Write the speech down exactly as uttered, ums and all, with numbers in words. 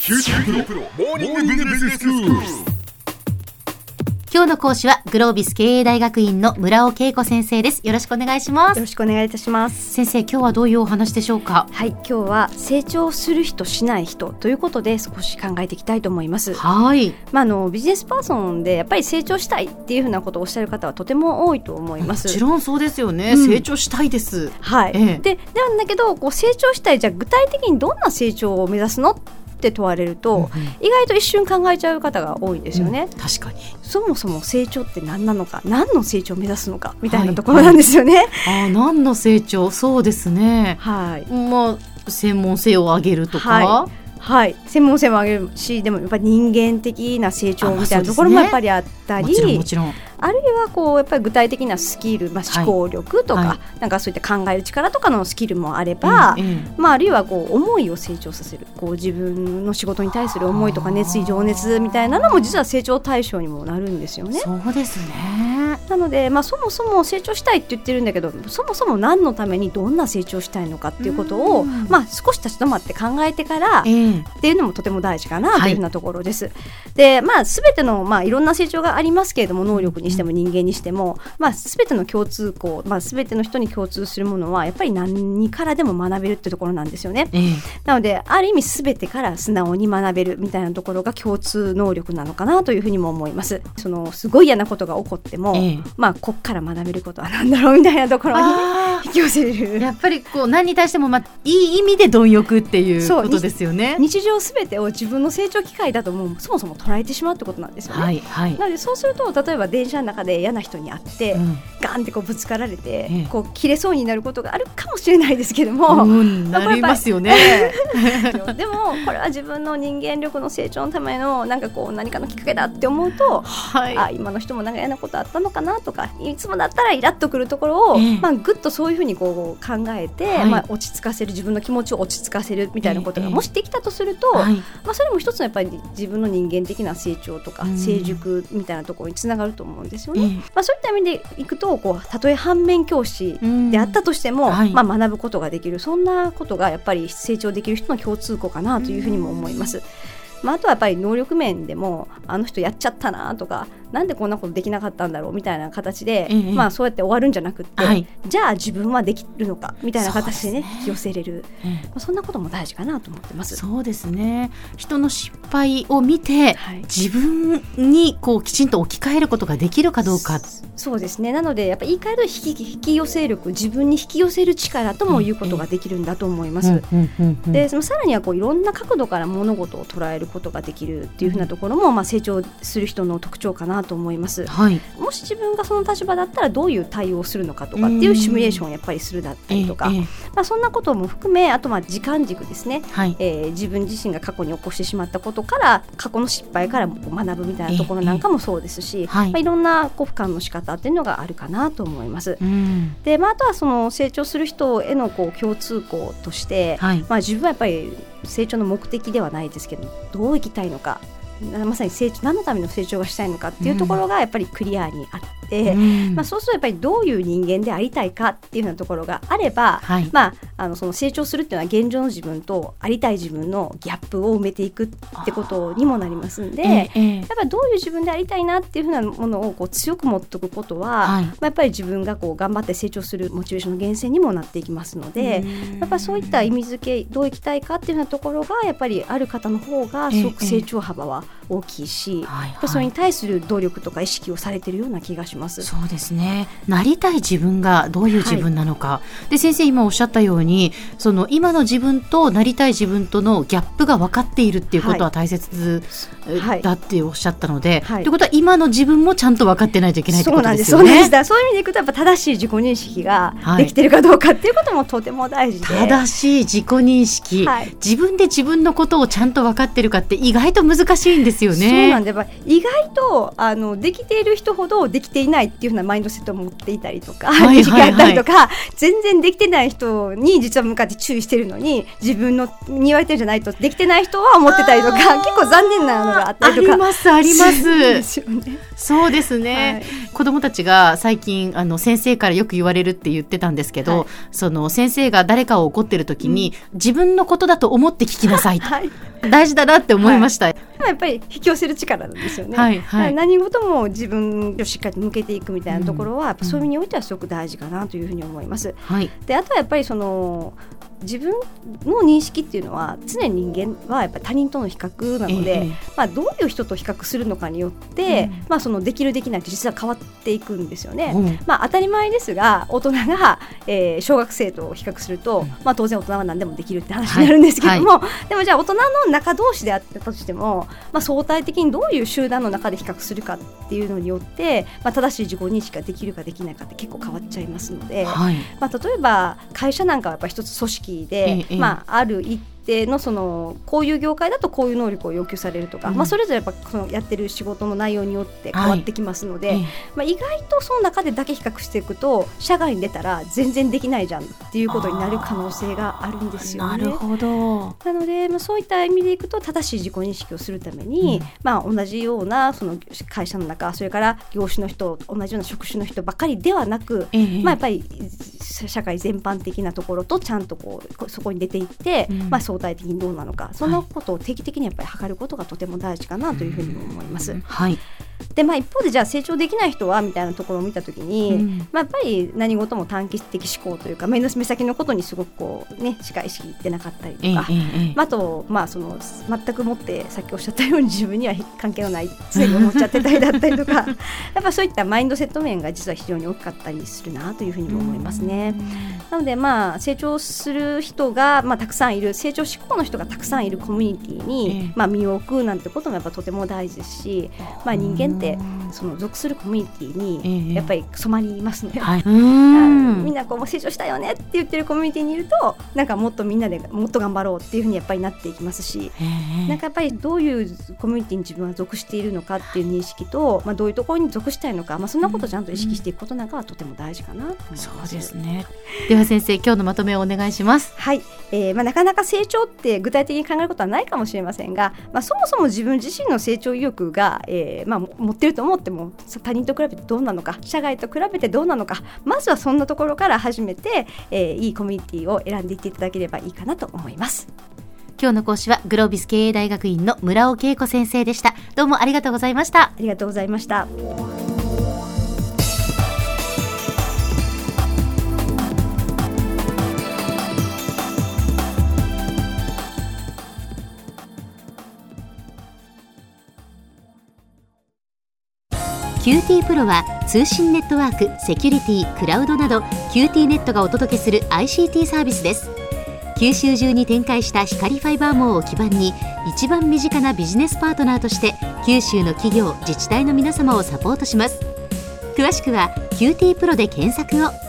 キューティープロモーニングビジネススクール。 今日の講師はグロービス経営大学院の村尾恵子先生です。よろしくお願いします。 よろしくお願いいたします。 先生、今日はどういうお話でしょうか？ はい、今日は成長する人しない人ということで少し考えていきたいと思います。 はい、 まあ、あのビジネスパーソンでやっぱり成長したいっていうふうなことをおっしゃる方はとても多いと思います。 もちろんそうですよね、うん、成長したいです。 はい、 ええ、 でなんだけどこう成長したい、じゃあ具体的にどんな成長を目指すのって問われると、うんうん、意外と一瞬考えちゃう方が多いんですよね、 うん、確かにそもそも成長って何なのか、何の成長を目指すのかみたいなところなんですよね、はいはい、あ、何の成長、そうですね、 はい、 まあ、専門性を上げるとか、 はいはい、専門性も上げるし、でもやっぱり人間的な成長みたいなところもやっぱりあったり、 もちろんもちろん、 あるいはこうやっぱり具体的なスキル、まあ、思考力とか、はい、なんかそういった考える力とかのスキルもあれば、うんうんまあ、あるいはこう思いを成長させる、こう自分の仕事に対する思いとか熱意情熱みたいなのも実は成長対象にもなるんですよね。 そうですね。 なので、まあ、そもそも成長したいって言ってるんだけど、そもそも何のためにどんな成長したいのかっていうことを、まあ、少し立ち止まって考えてから、えー、っていうのもとても大事かなというふうなところです、はい、で、まあ、全ての、まあ、いろんな成長がありますけれども、能力にしても人間にしても、まあ、全ての共通項、まあ、全ての人に共通するものはやっぱり何からでも学べるってところなんですよね、えー、なのである意味全てから素直に学べるみたいなところが共通能力なのかなというふうにも思います。そのすごい嫌なことが起こっても、えーまあ、こっから学べることは何だろうみたいなところに引き寄せる。 やっぱりこう何に対しても、まあ、いい意味で貪欲っていうことですよね。 日常すべてを自分の成長機会だともうそもそも捉えてしまうってことなんですよね、はいはい、なのでそうすると例えば電車の中で嫌な人に会って、うん、ガンってこうぶつかられて、ええ、こう切れそうになることがあるかもしれないですけども、 うん、なりますよねでもこれは自分の人間力の成長のためのなんかこう何かのきっかけだって思うと、はい、あ、今の人もなんか嫌なことあったのかなとか、いつもだったらイラッとくるところを、ええまあ、ぐっとそういうふうにこう考えて、はいまあ、落ち着かせる、自分の気持ちを落ち着かせるみたいなことがもしできたとすると、ええはいまあ、それも一つのやっぱり自分の人間的な成長とか成熟みたいなところにつながると思うんですよね、ええまあ、そういった意味でいくとこうたとえ反面教師であったとしても、はいまあ、学ぶことができる、そんなことがやっぱり成長できる人の共通項かなというふうにも思います。まあ、あとはやっぱり能力面でもあの人やっちゃったなとか、なんでこんなことできなかったんだろうみたいな形で、ええまあ、そうやって終わるんじゃなくって、はい、じゃあ自分はできるのかみたいな形でね、引き寄せれる、ええまあ、そんなことも大事かなと思ってます。 そうですね。人の失敗を見て、はい、自分にこうきちんと置き換えることができるかどうか。 そうですね。なのでやっぱり言い換えると引き、引き寄せ力、自分に引き寄せる力ともいうことができるんだと思います、ええでそのさらにはこういろんな角度から物事を捉えることができるっていうふうなところも、まあ、成長する人の特徴かなと思います、はい、もし自分がその立場だったらどういう対応をするのかとかっていうシミュレーションをやっぱりするだったりとか、ええまあ、そんなことも含め、あとまあ時間軸ですね、はいえー、自分自身が過去に起こしてしまったことから過去の失敗から学ぶみたいなところなんかもそうですし、ええはいまあ、いろんなこう俯瞰の仕方っていうのがあるかなと思います、うんでまあ、あとはその成長する人へのこう共通項として、はいまあ、自分はやっぱり成長の目的ではないですけど、どう生きたいのか、まさに成長、何のための成長がしたいのかっていうところがやっぱりクリアにあって、うんまあ、そうするとやっぱりどういう人間でありたいかっていうようなところがあれば、はいまあ、あのその成長するっていうのは現状の自分とありたい自分のギャップを埋めていくってことにもなりますんで、ええ、やっぱりどういう自分でありたいなっていうふうなものをこう強く持っておくことは、はいまあ、やっぱり自分がこう頑張って成長するモチベーションの源泉にもなっていきますので、やっぱりそういった意味付け、どう生きたいかっていうようなところがやっぱりある方の方がすごく成長幅は大きいし、ええはいはい、それに対する努力とか意識をされているような気がします。 そうですね。なりたい自分がどういう自分なのか、はい、で先生今おっしゃったように、その今の自分となりたい自分とのギャップが分かっているっていうことは大切だっておっしゃったので、はいはい、ということは今の自分もちゃんと分かってないといけないってことですよね。 そうなんです、そうなんです。だそういう意味でいくとやっぱ正しい自己認識ができているかどうかっていうこともとても大事で、 はい、正しい自己認識、はい、自分で自分のことをちゃんと分かっているかって意外と難しいんですですよね。 そうなんで、やっぱ意外とあのできている人ほどできていないっていうふうなマインドセットを持っていたりとか、はいはいはい、時間あったりとか、全然できてない人に実は向かって注意してるのに自分のに言われてるんじゃないとできてない人は思ってたりとか、結構残念なのがあったりとか。 ありますありますですよね。そうですね、はい、子どもたちが最近あの先生からよく言われるって言ってたんですけど、はい、その先生が誰かを怒ってる時に、うん、自分のことだと思って聞きなさいと、はい、大事だなって思いました、はい、 やっぱり引き寄せる力なんですよね、 はいはい、 何事も自分をしっかり向けていくみたいなところは、うん、やっぱそういう意味においてはすごく大事かなというふうに思います、はい、であとはやっぱりその自分の認識っていうのは常に人間はやっぱり他人との比較なので、えーまあ、どういう人と比較するのかによって、うんまあ、そのできるできないって実は変わっていくんですよね、うんまあ、当たり前ですが大人が、えー、小学生と比較すると、うんまあ、当然大人は何でもできるって話になるんですけども、はいはい、でもじゃあ大人の中同士であったとしても、まあ、相対的にどういう集団の中で比較するかっていうのによって、まあ、正しい自己認識ができるかできないかって結構変わっちゃいますので、はいまあ、例えば会社なんかはやっぱ一つ組織でええまあ、ある一定のそのこういう業界だとこういう能力を要求されるとか、うんまあ、それぞれやっぱそのやってる仕事の内容によって変わってきますので、はいまあ、意外とその中でだけ比較していくと社外に出たら全然できないじゃんっていうことになる可能性があるんですよね。 なるほど。 なので、まあ、そういった意味でいくと正しい自己認識をするために、うんまあ、同じようなその会社の中それから業種の人同じような職種の人ばかりではなく、ええまあ、やっぱり社会全般的なところとちゃんとこうそこに出ていって、うんまあ、相対的にどうなのかそのことを定期的にやっぱり測ることがとても大事かなというふうに思います、 はいでまあ、一方でじゃあ成長できない人はみたいなところを見たときに、うんまあ、やっぱり何事も短期的思考というか目の目先のことにすごくこう、ね、しか意識いってなかったりとか、ええええまあ、あと、まあ、その全くもってさっきおっしゃったように自分には関係のない常に思っちゃってたりだったりとかやっぱそういったマインドセット面が実は非常に大きかったりするなというふうにも思いますね。なので、まあ、成長する人が、まあ、たくさんいる成長志向の人がたくさんいるコミュニティに、ええまあ、身を置くなんてこともやっぱとても大事ですし、まあ、人間ってその属するコミュニティにやっぱり染まりますので、ええはい、うんみんなこう成長したよねって言ってるコミュニティにいるとなんかもっとみんなでもっと頑張ろうっていうふうにやっぱりなっていきますし、ええ、なんかやっぱりどういうコミュニティに自分は属しているのかっていう認識と、まあ、どういうところに属したいのか、まあ、そんなことをちゃんと意識していくことなんかはとても大事かなと思います。 そうですね。では先生今日のまとめをお願いします。 はい、えーまあ、なかなか成長って具体的に考えることはないかもしれませんが、まあ、そもそも自分自身の成長意欲が、えーまあ、持ってると思っても他人と比べてどうなのか社外と比べてどうなのかまずはそんなところから始めて、えー、いいコミュニティを選んでいっていただければいいかなと思います。 今日の講師はグロービス経営大学院の村尾恵子先生でした。どうもありがとうございました。 ありがとうございました。 キューティー プロは通信ネットワーク、セキュリティ、クラウドなど キューティー ネットがお届けする アイシーティー サービスです。九州中に展開した光ファイバー網を基盤に一番身近なビジネスパートナーとして九州の企業、自治体の皆様をサポートします。詳しくは キューティー プロで検索を。